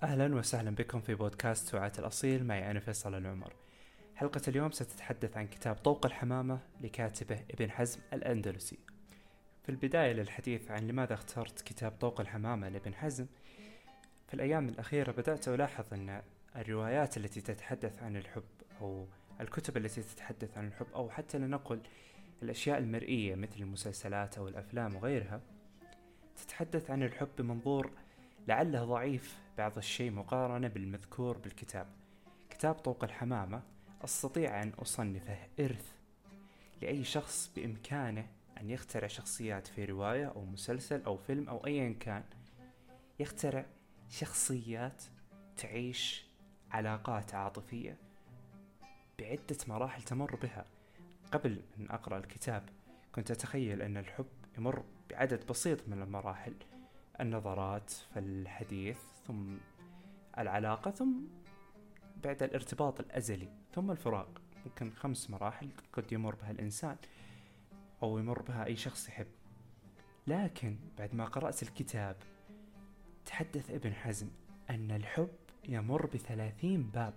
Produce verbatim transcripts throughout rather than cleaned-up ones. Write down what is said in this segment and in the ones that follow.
أهلا وسهلا بكم في بودكاست ساعة الأصيل معي أنا فيصل العمر. حلقة اليوم ستتحدث عن كتاب طوق الحمامة لكاتبه ابن حزم الأندلسي. في البداية للحديث عن لماذا اخترت كتاب طوق الحمامة لابن حزم، في الأيام الأخيرة بدأت ألاحظ أن الروايات التي تتحدث عن الحب أو الكتب التي تتحدث عن الحب أو حتى لنقل الأشياء المرئية مثل المسلسلات أو الأفلام وغيرها تتحدث عن الحب بمنظور لعله ضعيف بعض الشيء مقارنة بالمذكور بالكتاب. كتاب طوق الحمامة أستطيع أن أصنفه إرث لأي شخص بإمكانه أن يخترع شخصيات في رواية أو مسلسل أو فيلم أو أيا كان، يخترع شخصيات تعيش علاقات عاطفية بعدة مراحل تمر بها. قبل أن أقرأ الكتاب كنت أتخيل أن الحب يمر بعدد بسيط من المراحل، النظرات، فالحديث، ثم العلاقة، ثم بعد الارتباط الأزلي، ثم الفراق. ممكن خمس مراحل قد يمر بها الإنسان أو يمر بها أي شخص يحب. لكن بعد ما قرأت الكتاب تحدث ابن حزم أن الحب يمر بثلاثين باب،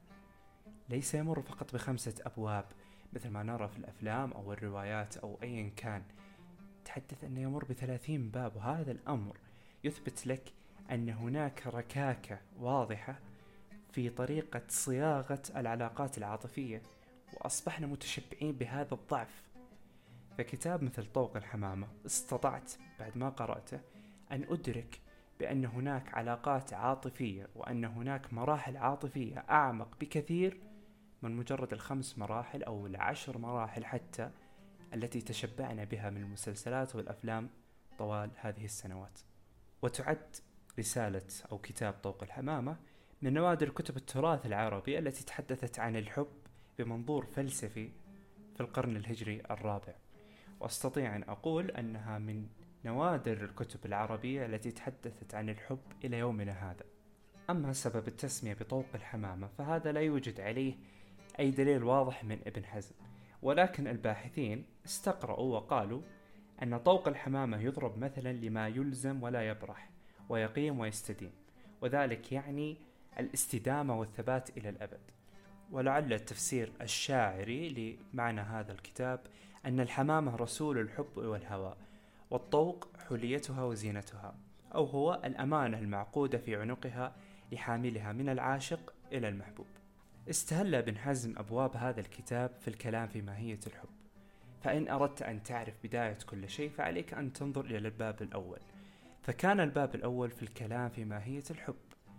ليس يمر فقط بخمسة أبواب مثل ما نرى في الأفلام أو الروايات أو أيا كان. تحدث أنه يمر بثلاثين باب، وهذا الأمر يثبت لك أن هناك ركاكة واضحة في طريقة صياغة العلاقات العاطفية، وأصبحنا متشبعين بهذا الضعف. فكتاب مثل طوق الحمامة استطعت بعد ما قرأته أن أدرك بأن هناك علاقات عاطفية وأن هناك مراحل عاطفية أعمق بكثير من مجرد الخمس مراحل أو العشر مراحل حتى التي تشبعنا بها من المسلسلات والأفلام طوال هذه السنوات. وتعد رسالة أو كتاب طوق الحمامة من نوادر كتب التراث العربي التي تحدثت عن الحب بمنظور فلسفي في القرن الهجري الرابع، وأستطيع أن أقول أنها من نوادر الكتب العربية التي تحدثت عن الحب إلى يومنا هذا. أما سبب التسمية بطوق الحمامة فهذا لا يوجد عليه أي دليل واضح من ابن حزم، ولكن الباحثين استقرأوا وقالوا أن طوق الحمامة يضرب مثلا لما يلزم ولا يبرح ويقيم ويستديم، وذلك يعني الاستدامة والثبات إلى الأبد. ولعل التفسير الشاعري لمعنى هذا الكتاب أن الحمامة رسول الحب والهوى، والطوق حليتها وزينتها، أو هو الأمانة المعقودة في عنقها لحاملها من العاشق إلى المحبوب. استهل ابن حزم أبواب هذا الكتاب في الكلام في ماهية الحب، فإن أردت أن تعرف بداية كل شيء فعليك أن تنظر إلى الباب الأول. فكان الباب الأول في الكلام في ماهية الحب،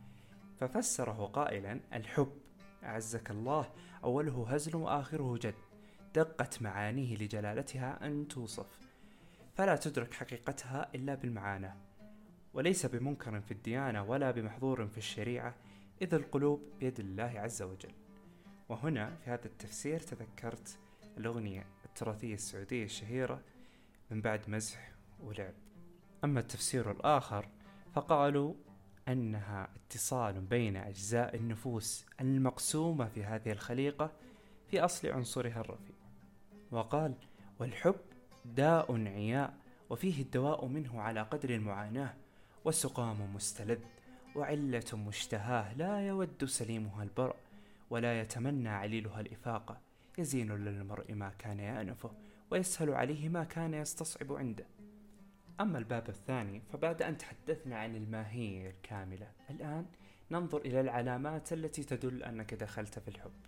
ففسره قائلا: الحب أعزك الله أوله هزل وآخره جد، دقت معانيه لجلالتها أن توصف، فلا تدرك حقيقتها إلا بالمعاناة، وليس بمنكر في الديانة ولا بمحظور في الشريعة، إذ القلوب بيد الله عز وجل. وهنا في هذا التفسير تذكرت الأغنية التراثية السعودية الشهيرة من بعد مزح ولعب. أما التفسير الآخر فقالوا أنها اتصال بين أجزاء النفوس المقسومة في هذه الخليقة في أصل عنصرها الرفيع. وقال: والحب داء عياء وفيه الدواء منه على قدر المعاناة، والسقام مستلذ وعلة مشتهاه، لا يود سليمها البرء ولا يتمنى عليلها الإفاقة، يزين للمرء ما كان يأنفه ويسهل عليه ما كان يستصعب عنده. أما الباب الثاني فبعد أن تحدثنا عن الماهية الكاملة، الآن ننظر إلى العلامات التي تدل أنك دخلت في الحب.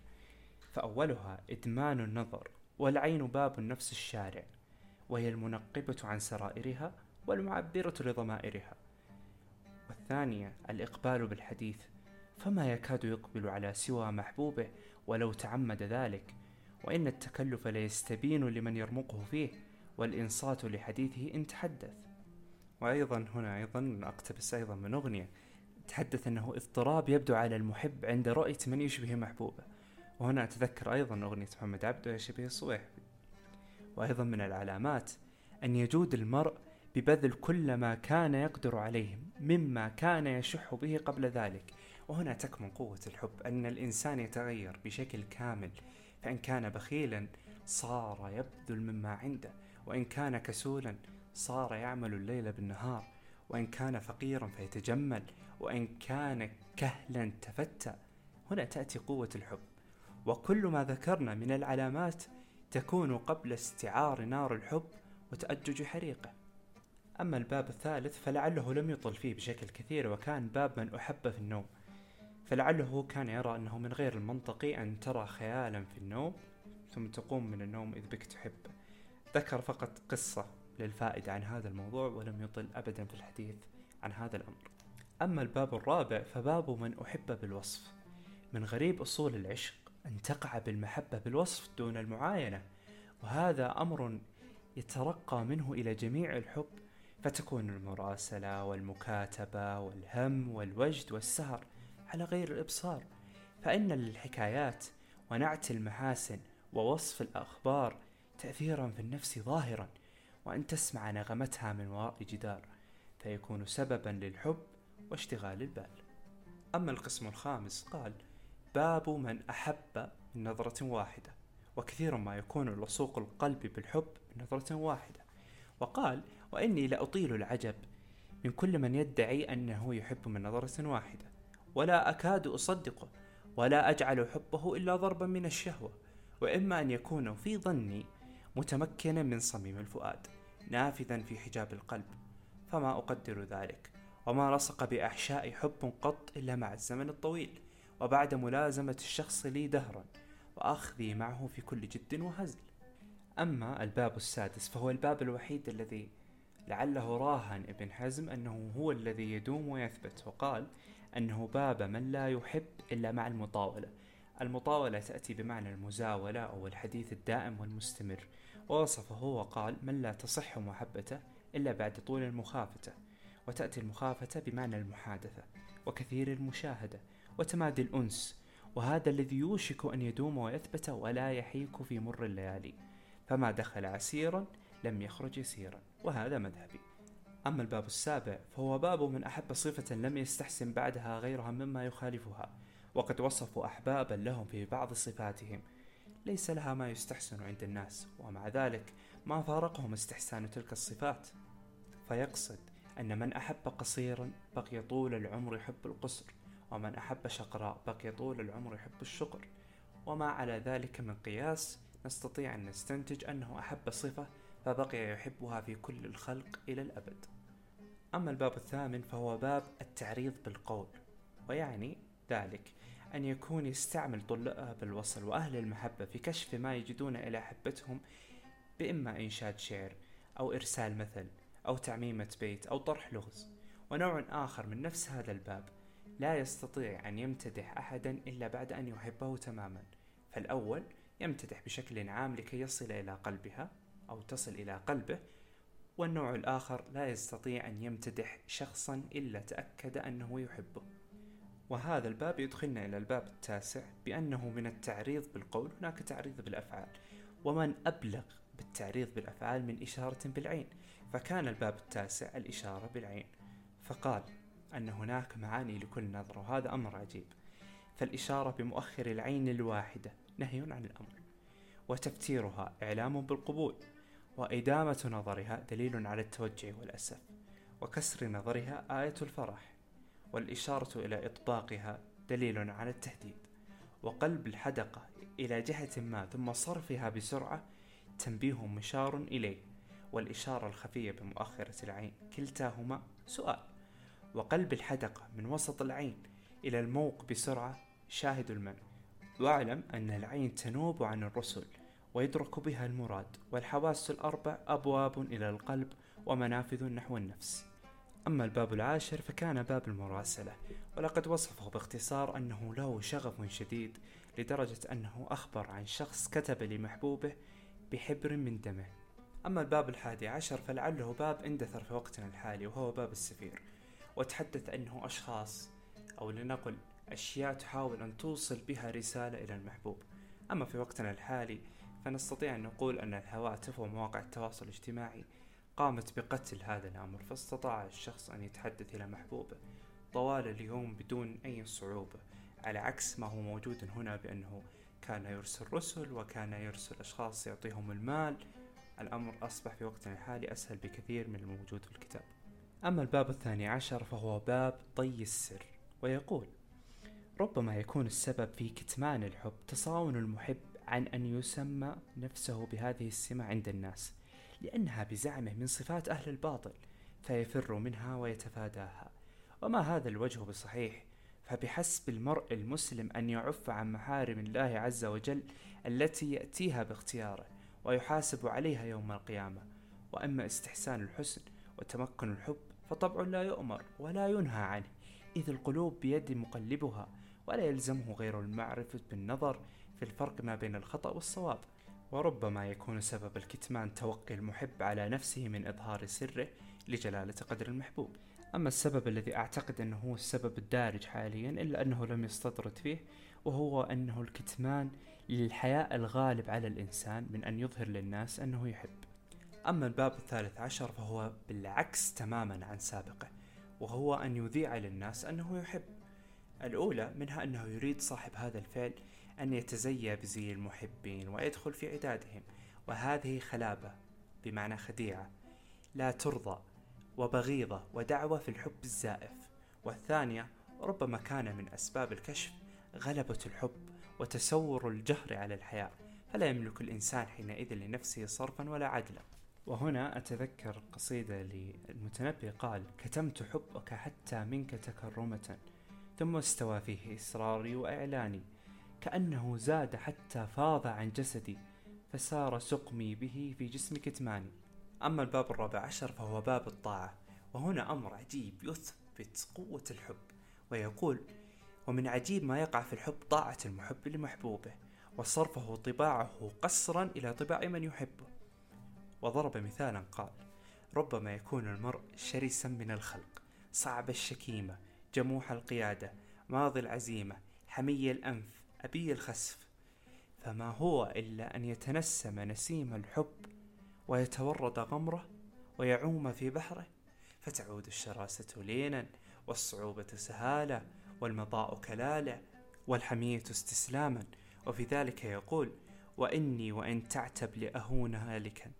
فأولها إدمان النظر، والعين باب النفس الشارع، وهي المنقبة عن سرائرها والمعبرة لضمائرها. والثانية الإقبال بالحديث، فما يكاد يقبل على سوى محبوبه ولو تعمد ذلك، وإن التكلف ليستبين لمن يرمقه فيه، والإنصات لحديثه إن تحدث. وأيضا هنا أيضا أقتبس أيضا من أغنية تحدث أنه اضطراب يبدو على المحب عند رؤية من يشبه محبوبه، وهنا أتذكر أيضا أغنية محمد عبده يشبه الصويح. وأيضا من العلامات أن يجود المرء ببذل كل ما كان يقدر عليه مما كان يشح به قبل ذلك. وهنا تكمن قوة الحب، أن الإنسان يتغير بشكل كامل، فإن كان بخيلا صار يبذل مما عنده، وإن كان كسولا صار يعمل الليل بالنهار، وإن كان فقيرا فيتجمل، وإن كان كهلا تفتى. هنا تأتي قوة الحب، وكل ما ذكرنا من العلامات تكون قبل استعار نار الحب وتأجج حريقه. أما الباب الثالث فلعله لم يطل فيه بشكل كثير، وكان باب من أحب في النوم، فلعله كان يرى أنه من غير المنطقي أن ترى خيالا في النوم ثم تقوم من النوم إذ بك تحبه. ذكر فقط قصة للفائدة عن هذا الموضوع ولم يطل أبدا في الحديث عن هذا الأمر. أما الباب الرابع فباب من أحب بالوصف. من غريب أصول العشق أن تقع بالمحبة بالوصف دون المعاينة، وهذا أمر يترقى منه إلى جميع الحب، فتكون المراسلة والمكاتبة والهم والوجد والسهر على غير الإبصار. فإن للحكايات ونعت المحاسن ووصف الأخبار تأثيرا في النفس ظاهرا، وأن تسمع نغمتها من وراء جدار، فيكون سببا للحب واشتغال البال. أما القسم الخامس قال: باب من أحب من نظرة واحدة. وكثيرا ما يكون لصوق القلب بالحب من نظرة واحدة. وقال: وإني لأطيل العجب من كل من يدعي أنه يحب من نظرة واحدة، ولا أكاد أصدقه، ولا أجعل حبه إلا ضربا من الشهوة، وإما أن يكون في ظني متمكنا من صميم الفؤاد نافذا في حجاب القلب، فما أقدر ذلك، وما لصق بأحشاء حب قط إلا مع الزمن الطويل، وبعد ملازمة الشخص لي دهرا، وأخذي معه في كل جد وهزل. أما الباب السادس فهو الباب الوحيد الذي لعله راهن ابن حزم أنه هو الذي يدوم ويثبت، وقال أنه باب من لا يحب إلا مع المطاولة. المطاولة تأتي بمعنى المزاولة أو الحديث الدائم والمستمر، ووصفه وقال: من لا تصح محبته إلا بعد طول المخافة. وتأتي المخافة بمعنى المحادثة وكثير المشاهدة وتمادي الأنس، وهذا الذي يوشك أن يدوم ويثبت ولا يحيك في مر الليالي، فما دخل عسيرا لم يخرج يسيرا، وهذا مذهبي. أما الباب السابع فهو باب من أحب صفة لم يستحسن بعدها غيرها مما يخالفها، وقد وصفوا أحبابا لهم في بعض صفاتهم ليس لها ما يستحسن عند الناس، ومع ذلك ما فارقهم استحسان تلك الصفات. فيقصد أن من أحب قصيرا بقي طول العمر يحب القصر، ومن أحب شقراء بقي طول العمر يحب الشقر، وما على ذلك من قياس نستطيع أن نستنتج أنه أحب صفة فبقي يحبها في كل الخلق إلى الأبد. أما الباب الثامن فهو باب التعريض بالقول، ويعني ذلك أن يكون يستعمل طلاب الوصل وأهل المحبة في كشف ما يجدون إلى أحبتهم، بإما إنشاد شعر أو إرسال مثل أو تعميمة بيت أو طرح لغز. ونوع آخر من نفس هذا الباب لا يستطيع أن يمتدح أحدا إلا بعد أن يحبه تماما. فالأول يمتدح بشكل عام لكي يصل إلى قلبها أو تصل إلى قلبه، والنوع الآخر لا يستطيع أن يمتدح شخصا إلا تأكد أنه يحبه. وهذا الباب يدخلنا إلى الباب التاسع بأنه من التعريض بالقول هناك تعريض بالأفعال، ومن أبلغ بالتعريض بالأفعال من إشارة بالعين، فكان الباب التاسع الإشارة بالعين، فقال أن هناك معاني لكل نظرة، وهذا أمر عجيب. فالإشارة بمؤخر العين الواحدة نهي عن الأمر، وتفتيرها إعلام بالقبول، وإدامة نظرها دليل على التوجع والأسف، وكسر نظرها آية الفرح، والإشارة إلى إطباقها دليل على التهديد، وقلب الحدقة إلى جهة ما ثم صرفها بسرعة تنبيه مشار إليه، والإشارة الخفية بمؤخرة العين كلتاهما سؤال، وقلب الحدقة من وسط العين إلى الموق بسرعة شاهد المنع. واعلم أن العين تنوب عن الرسل ويدرك بها المراد، والحواس الأربع أبواب إلى القلب ومنافذ نحو النفس. أما الباب العاشر فكان باب المراسلة، ولقد وصفه باختصار أنه له شغف شديد لدرجة أنه أخبر عن شخص كتب لمحبوبه بحبر من دمه. أما الباب الحادي عشر فلعله باب اندثر في وقتنا الحالي، وهو باب السفير، وتحدث أنه أشخاص أو لنقل أشياء تحاول أن توصل بها رسالة إلى المحبوب. أما في وقتنا الحالي فنستطيع أن نقول أن الهواتف ومواقع التواصل الاجتماعي قامت بقتل هذا الأمر، فاستطاع الشخص أن يتحدث إلى محبوبه طوال اليوم بدون أي صعوبة، على عكس ما هو موجود هنا بأنه كان يرسل رسل وكان يرسل أشخاص يعطيهم المال. الأمر أصبح في وقتنا الحالي أسهل بكثير من الموجود في الكتاب. أما الباب الثاني عشر فهو باب طي السر، ويقول: ربما يكون السبب في كتمان الحب تصاون المحب عن أن يسمى نفسه بهذه السمة عند الناس، لأنها بزعمه من صفات أهل الباطل، فيفر منها ويتفاداها. وما هذا الوجه بصحيح، فبحسب المرء المسلم أن يعف عن محارم الله عز وجل التي يأتيها باختياره ويحاسب عليها يوم القيامة. وأما استحسان الحسن وتمكن الحب فطبع لا يؤمر ولا ينهى عنه، إذ القلوب بيد مقلبها، ولا يلزمه غير المعرفة بالنظر في الفرق ما بين الخطأ والصواب. وربما يكون سبب الكتمان توقي المحب على نفسه من إظهار سره لجلالة قدر المحبوب. أما السبب الذي أعتقد أنه هو السبب الدارج حاليا إلا أنه لم يستطرد فيه، وهو أنه الكتمان للحياء الغالب على الإنسان من أن يظهر للناس أنه يحب. أما الباب الثالث عشر فهو بالعكس تماما عن سابقه، وهو أن يذيع للناس أنه يحب. الأولى منها أنه يريد صاحب هذا الفعل أن يتزيى بزي المحبين ويدخل في عدادهم، وهذه خلابة بمعنى خديعة لا ترضى وبغيضة ودعوة في الحب الزائف. والثانية ربما كان من أسباب الكشف غلبة الحب وتسور الجهر على الحياء، فلا يملك الإنسان حينئذ لنفسه صرفا ولا عدلا. وهنا أتذكر قصيدة للمتنبي قال: كتمت حبك حتى منك تكرمة، ثم استوى فيه إصراري وإعلاني، كأنه زاد حتى فاض عن جسدي، فسار سقمي به في جسم كتماني. أما الباب الرابع عشر فهو باب الطاعة، وهنا أمر عجيب يثبت قوة الحب، ويقول: ومن عجيب ما يقع في الحب طاعة المحب لمحبوبه، وصرفه طباعه قصرا إلى طباع من يحبه. وضرب مثالا قال: ربما يكون المرء شرسا من الخلق، صعب الشكيمة، جموح القيادة، ماضي العزيمة، حمي الأنف، أبي الخسف، فما هو إلا أن يتنسم نسيم الحب ويتورد غمره ويعوم في بحره، فتعود الشراسة لينا، والصعوبة سهالة، والمضاء كلالة، والحمية استسلاما. وفي ذلك يقول: وإني وإن تعتب لأهون هالكا،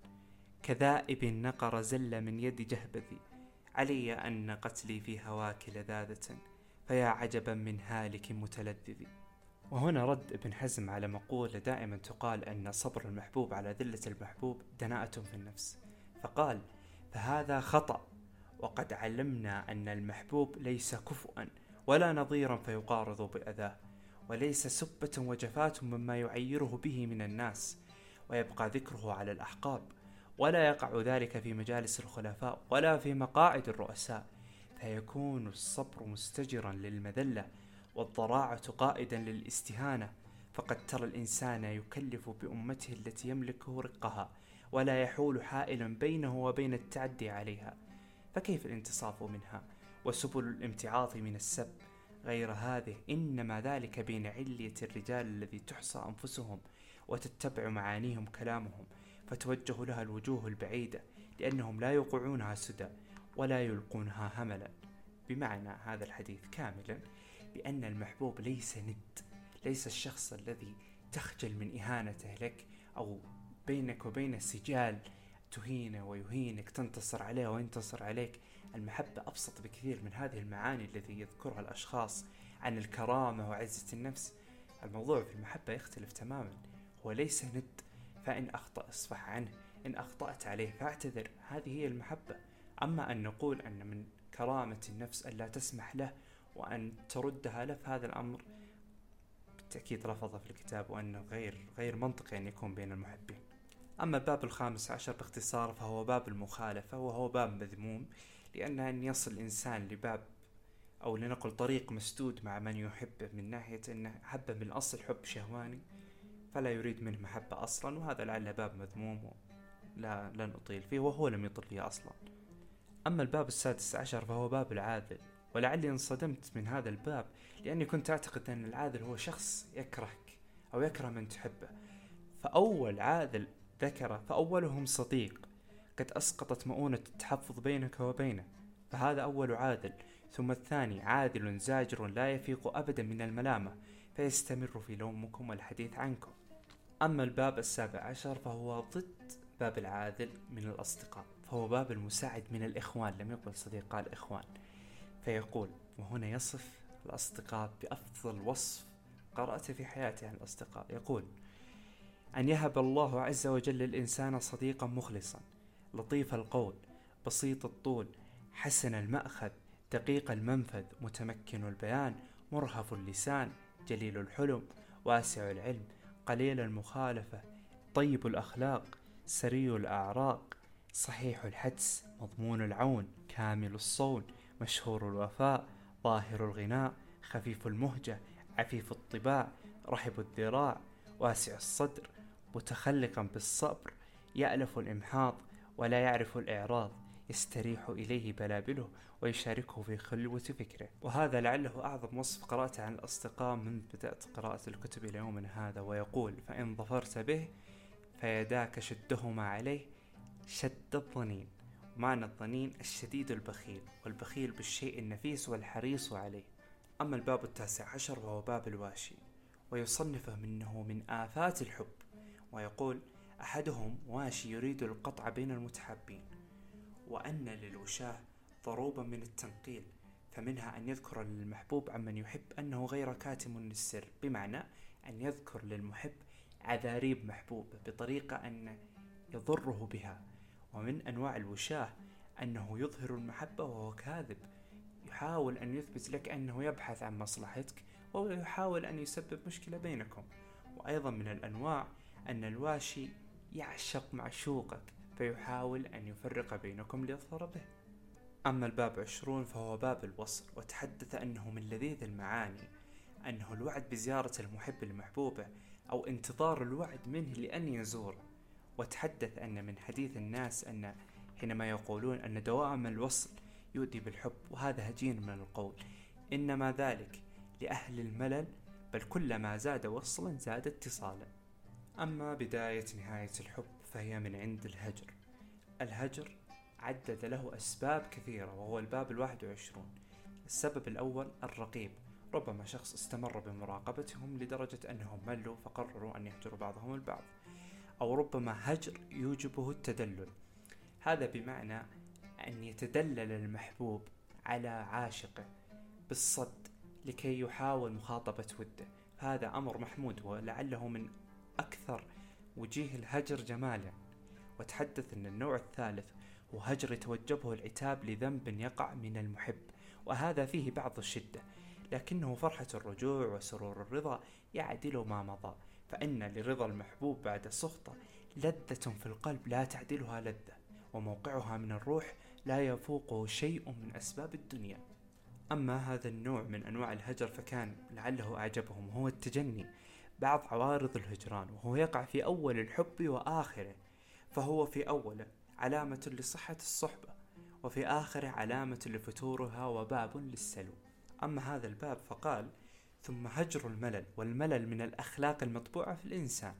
كذائب نقر زل من يد جهبذي، علي أن قتلي في هواك لذاذة، فيا عجبا من هالك متلذذ. وهنا رد ابن حزم على مقولة دائما تقال أن صبر المحبوب على ذلة المحبوب دناءة في النفس، فقال: فهذا خطأ، وقد علمنا أن المحبوب ليس كفؤا ولا نظيرا فيقارض بأذاه، وليس سبة وجفات مما يعيره به من الناس ويبقى ذكره على الأحقاب، ولا يقع ذلك في مجالس الخلفاء ولا في مقاعد الرؤساء، فيكون الصبر مستجرا للمذلة، والضراعة قائدا للاستهانة. فقد ترى الإنسان يكلف بأمته التي يملكه رقها، ولا يحول حائل بينه وبين التعدي عليها، فكيف الانتصاف منها وسبل الامتعاض من السب؟ غير هذه إنما ذلك بين علية الرجال الذي تحصى أنفسهم وتتبع معانيهم كلامهم، فتوجه لها الوجوه البعيدة، لأنهم لا يوقعونها سدى ولا يلقونها هملا. بمعنى هذا الحديث كاملا بأن المحبوب ليس ند، ليس الشخص الذي تخجل من إهانته لك، أو بينك وبين سجال تهينه ويهينك، تنتصر عليه وينتصر عليك. المحبة أبسط بكثير من هذه المعاني التي يذكرها الأشخاص عن الكرامة وعزة النفس. الموضوع في المحبة يختلف تماما، هو ليس ند، فإن أخطأ اصفح عنه، إن أخطأت عليه فاعتذر، هذه هي المحبة. أما أن نقول أن من كرامة النفس أن لا تسمح له وأن تردها له، فهذا الأمر بالتأكيد رفضه في الكتاب، وأنه غير غير منطقي أن يكون بين المحبين. أما الباب الخامس عشر باختصار فهو باب المخالفة، وهو باب مذموم، لأن أن يصل الإنسان لباب أو لنقل طريق مسدود مع من يحبه من ناحية أنه حبه من الأصل حب شهواني، فلا يريد منه محبة أصلا، وهذا لعل باب مذموم لا لن أطيل فيه، وهو لم يطل فيه أصلا. أما الباب السادس عشر فهو باب العاذل، ولعلي انصدمت من هذا الباب لأني كنت أعتقد أن العاذل هو شخص يكرهك أو يكره من تحبه. فأول عاذل ذكر فأولهم صديق قد أسقطت مؤونة التحفظ بينك وبينه، فهذا أول عاذل. ثم الثاني عاذل زاجر لا يفيق أبدا من الملامة، فيستمر في لومكم والحديث عنكم. أما الباب السابع عشر فهو ضد باب العاذل من الأصدقاء، فهو باب المساعد من الإخوان، لم يقل صديق قال إخوان. فيقول، وهنا يصف الأصدقاء بأفضل وصف قرأت في حياتي عن الأصدقاء، يقول: أن يهب الله عز وجل للإنسان صديقا مخلصا لطيف القول بسيط الطول حسن المأخذ دقيق المنفذ متمكن البيان مرهف اللسان جليل الحلم واسع العلم قليل المخالفة طيب الأخلاق سري الأعراق صحيح الحدس مضمون العون كامل الصون مشهور الوفاء ظاهر الغناء خفيف المهجة عفيف الطباع رحب الذراع واسع الصدر متخلقا بالصبر يألف الإمحاض ولا يعرف الإعراض يستريح إليه بلابله ويشاركه في خلوة فكره. وهذا لعله أعظم وصف قرأته عن الأصدقاء من بدأت قراءة الكتب إلى يومنا هذا. ويقول: فإن ظفرت به فيداك شدهما عليه شد الظنين. معنى الظنين الشديد البخيل، والبخيل بالشيء النفيس والحريص عليه. أما الباب التاسع عشر وهو باب الواشي، ويصنفه منه من آفات الحب، ويقول: أحدهم واشي يريد القطع بين المتحابين، وأن للوشاه ضروبا من التنقيل، فمنها أن يذكر للمحبوب عمن يحب أنه غير كاتم للسر، بمعنى أن يذكر للمحب عذاريب محبوب بطريقة أن يضره بها. ومن أنواع الوشاه أنه يظهر المحبة وهو كاذب، يحاول أن يثبت لك أنه يبحث عن مصلحتك ويحاول أن يسبب مشكلة بينكم. وأيضا من الأنواع أن الواشي يعشق معشوقك فيحاول أن يفرق بينكم ليظهر به. أما الباب عشرون فهو باب الوصل، وتحدث أنه من لذيذ المعاني أنه الوعد بزيارة المحب المحبوبة أو انتظار الوعد منه لأن يزوره. وتحدث أن من حديث الناس أن حينما يقولون أن دوام الوصل يؤدي بالحب، وهذا هجين من القول، إنما ذلك لأهل الملل، بل كلما زاد وصلا زاد اتصالا. أما بداية نهاية الحب فهي من عند الهجر. الهجر عدد له أسباب كثيرة، وهو الباب الواحد وعشرون. السبب الأول الرقيب، ربما شخص استمر بمراقبتهم لدرجة أنهم ملوا فقرروا أن يهجروا بعضهم البعض، أو ربما هجر يوجبه التدلل، هذا بمعنى أن يتدلل المحبوب على عاشقه بالصد لكي يحاول مخاطبة وده، هذا أمر محمود ولعله من أكثر وجيه الهجر جمالا. وتحدث أن النوع الثالث هو هجر يتوجبه العتاب لذنب يقع من المحب، وهذا فيه بعض الشدة، لكنه فرحة الرجوع وسرور الرضا يعدل ما مضى، فإن لرضا المحبوب بعد سخطة لذة في القلب لا تعدلها لذة، وموقعها من الروح لا يفوقه شيء من أسباب الدنيا. أما هذا النوع من أنواع الهجر فكان لعله أعجبهم، وهو التجني، بعض عوارض الهجران، وهو يقع في أول الحب وآخره، فهو في أوله علامة لصحة الصحبة، وفي آخره علامة لفتورها وباب للسلو. أما هذا الباب فقال: ثم هجر الملل، والملل من الأخلاق المطبوعة في الإنسان،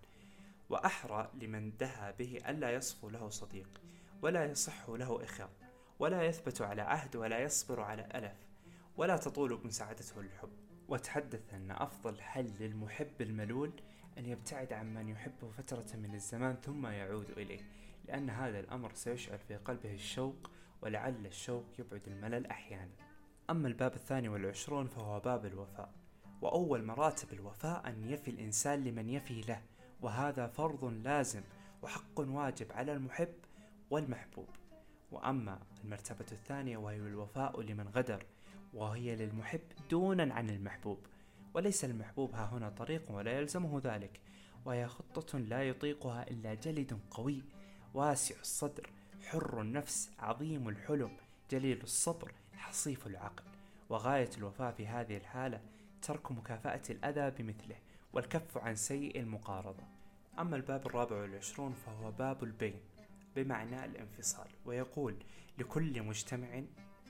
وأحرى لمن دها به ألا يصفو له صديق ولا يصح له إخاء ولا يثبت على عهد ولا يصبر على ألف ولا تطول مساعدته للحب. وتحدث أن أفضل حل للمحب الملول أن يبتعد عن من يحبه فترة من الزمان ثم يعود إليه، لأن هذا الأمر سيشعل في قلبه الشوق، ولعل الشوق يبعد الملل أحيانا. أما الباب الثاني والعشرون فهو باب الوفاء، وأول مراتب الوفاء أن يفي الإنسان لمن يفي له، وهذا فرض لازم وحق واجب على المحب والمحبوب. وأما المرتبة الثانية وهي الوفاء لمن غدر، وهي للمحب دونا عن المحبوب، وليس المحبوب ها هنا طريق ولا يلزمه ذلك، وهي خطة لا يطيقها إلا جلد قوي واسع الصدر حر النفس عظيم الحلم جليل الصبر حصيف العقل. وغاية الوفاء في هذه الحالة ترك مكافأة الأذى بمثله والكف عن سيء المقارضة. أما الباب الرابع والعشرون فهو باب البين، بمعنى الانفصال، ويقول: لكل مجتمع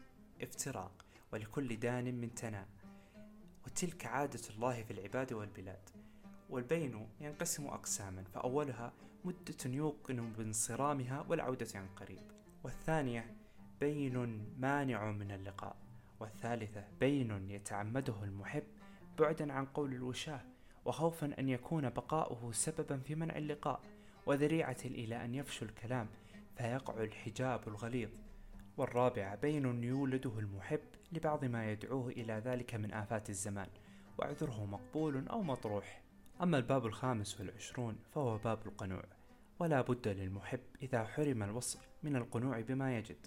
افتراق ولكل دان من تناء، وتلك عادة الله في العباد والبلاد. والبين ينقسم أقساما، فأولها مدة يوقن بانصرامها والعودة عن قريب، والثانية بين مانع من اللقاء، والثالثة بين يتعمده المحب بعدا عن قول الوشاه وخوفا أن يكون بقاؤه سببا في منع اللقاء وذريعة إلى أن يفشو الكلام فيقع الحجاب الغليظ. والرابعة بين يولده المحب لبعض ما يدعوه إلى ذلك من آفات الزمان، وعذره مقبول أو مطروح. أما الباب الخامس والعشرون فهو باب القنوع، ولا بد للمحب إذا حرم الوصل من القنوع بما يجد،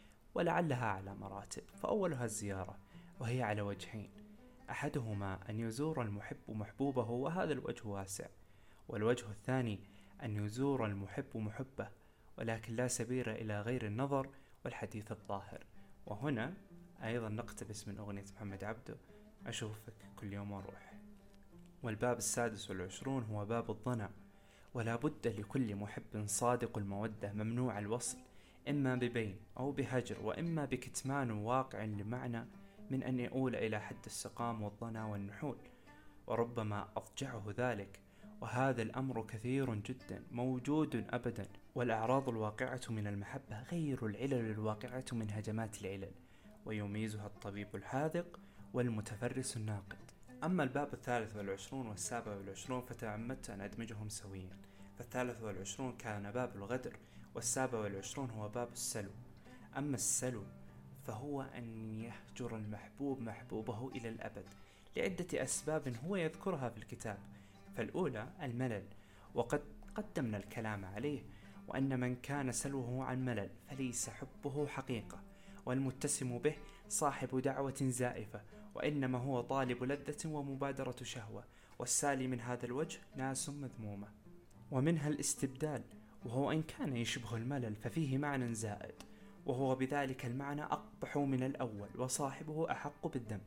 ولعلها على مراتب. فأولها الزيارة، وهي على وجهين: أحدهما أن يزور المحب محبوبه، وهذا الوجه واسع، والوجه الثاني أن يزور المحب محبه، ولكن لا سبيل إلى غير النظر والحديث الظاهر. وهنا أيضا نقتبس من أغنية محمد عبده: أشوفك كل يوم وأروح. والباب السادس والعشرون هو باب الظنا، ولا بد لكل محب صادق المودة ممنوع الوصل، إما ببين أو بهجر، وإما بكتمان واقع لمعنى من أن يؤول إلى حد السقام والظنا والنحول، وربما أضجعه ذلك. وهذا الأمر كثير جدا موجود أبدا، والأعراض الواقعة من المحبة غير العلل الواقعة من هجمات العلل، ويميزها الطبيب الحاذق والمتفرس الناقد. أما الباب الثالث والعشرون والسابع والعشرون فتعمدت أن أدمجهم سويا، فالثالث والعشرون كان باب الغدر، والسابع والعشرون هو باب السلو. أما السلو فهو أن يهجر المحبوب محبوبه إلى الأبد لعدة أسباب هو يذكرها في الكتاب. فالأولى الملل، وقد قدمنا الكلام عليه، وأن من كان سلوه عن ملل فليس حبه حقيقة، والمتسم به صاحب دعوة زائفة، وإنما هو طالب لذة ومبادرة شهوة، والسالي من هذا الوجه ناس مذمومة. ومنها الاستبدال، وهو إن كان يشبه الملل ففيه معنى زائد، وهو بذلك المعنى أقبح من الأول، وصاحبه أحق بالذنب.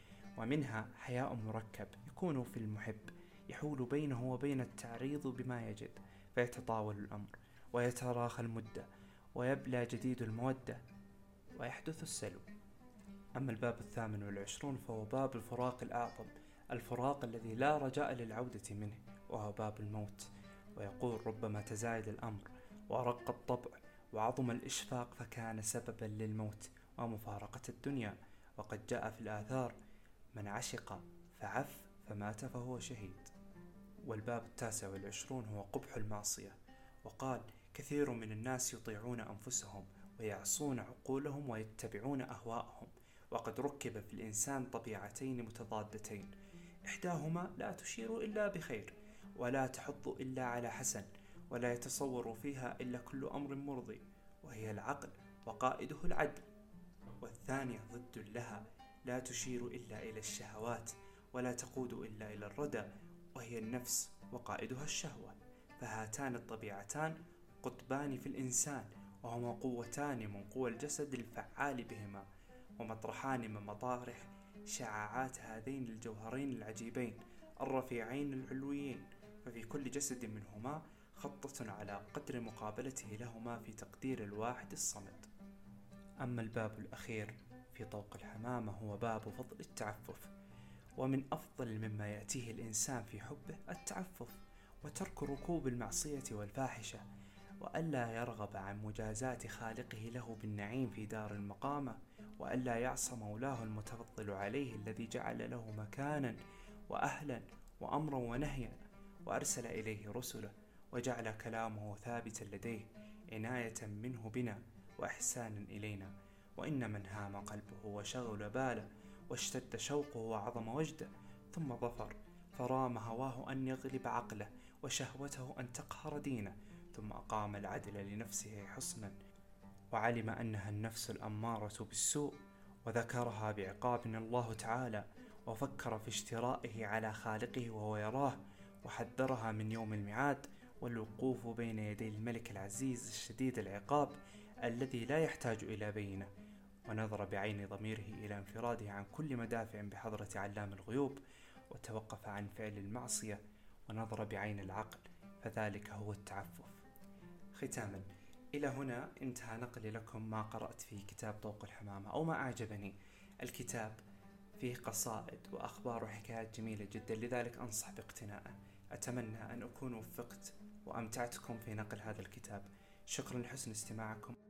ومنها حياء مركب يكون في المحب يحول بينه وبين التعريض بما يجد، فيتطاول الأمر ويتراخى المدة ويبلى جديد المودة ويحدث السلو. أما الباب الثامن والعشرون فهو باب الفراق الأعظم، الفراق الذي لا رجاء للعودة منه، وهو باب الموت. ويقول: ربما تزايد الأمر ورق الطبع وعظم الإشفاق فكان سببا للموت ومفارقة الدنيا، وقد جاء في الآثار: من عشق فعف فمات فهو شهيد. والباب التاسع والعشرون هو قبح المعصية، وقال: كثير من الناس يطيعون أنفسهم ويعصون عقولهم ويتبعون أهواءهم، وقد ركب في الإنسان طبيعتين متضادتين، إحداهما لا تشير إلا بخير، ولا تحض إلا على حسن، ولا يتصور فيها إلا كل أمر مرضي، وهي العقل وقائده العدل. والثانية ضد لها، لا تشير إلا إلى الشهوات، ولا تقود إلا إلى الردى، وهي النفس وقائدها الشهوة. فهاتان الطبيعتان قطبان في الإنسان، وهما قوتان من قوى الجسد الفعال بهما، ومطرحان من مطارح شعاعات هذين الجوهرين العجيبين الرفيعين العلويين، ففي كل جسد منهما خطة على قدر مقابلته لهما في تقدير الواحد الصمد. أما الباب الأخير في طوق الحمامة هو باب فضل التعفف، ومن أفضل مما يأتيه الإنسان في حبه التعفف، وترك ركوب المعصية والفاحشة، وألا يرغب عن مجازات خالقه له بالنعيم في دار المقامة، وألا يعصى مولاه المتفضل عليه الذي جعل له مكانا وأهلا وأمرا ونهيا، وأرسل إليه رسله، وجعل كلامه ثابتا لديه عناية منه بنا وإحسانا إلينا. وإن من هام قلبه وشغل باله واشتد شوقه وعظم وجده ثم ظفر، فرام هواه أن يغلب عقله وشهوته أن تقهر دينه، ثم أقام العدل لنفسه حسنا، وعلم أنها النفس الأمارة بالسوء، وذكرها بعقاب الله تعالى، وفكر في اشترائه على خالقه وهو يراه، وحذرها من يوم الميعاد والوقوف بين يدي الملك العزيز الشديد العقاب الذي لا يحتاج إلى بينة، ونظر بعين ضميره إلى انفراده عن كل مدافع بحضرة علام الغيوب، وتوقف عن فعل المعصية، ونظر بعين العقل، فذلك هو التعفف. ختاما، إلى هنا انتهى نقلي لكم ما قرأت في كتاب طوق الحمامة أو ما أعجبني. الكتاب فيه قصائد وأخبار وحكايات جميلة جدا، لذلك أنصح باقتنائه. أتمنى أن أكون وفقت وأمتعتكم في نقل هذا الكتاب. شكرا لحسن استماعكم.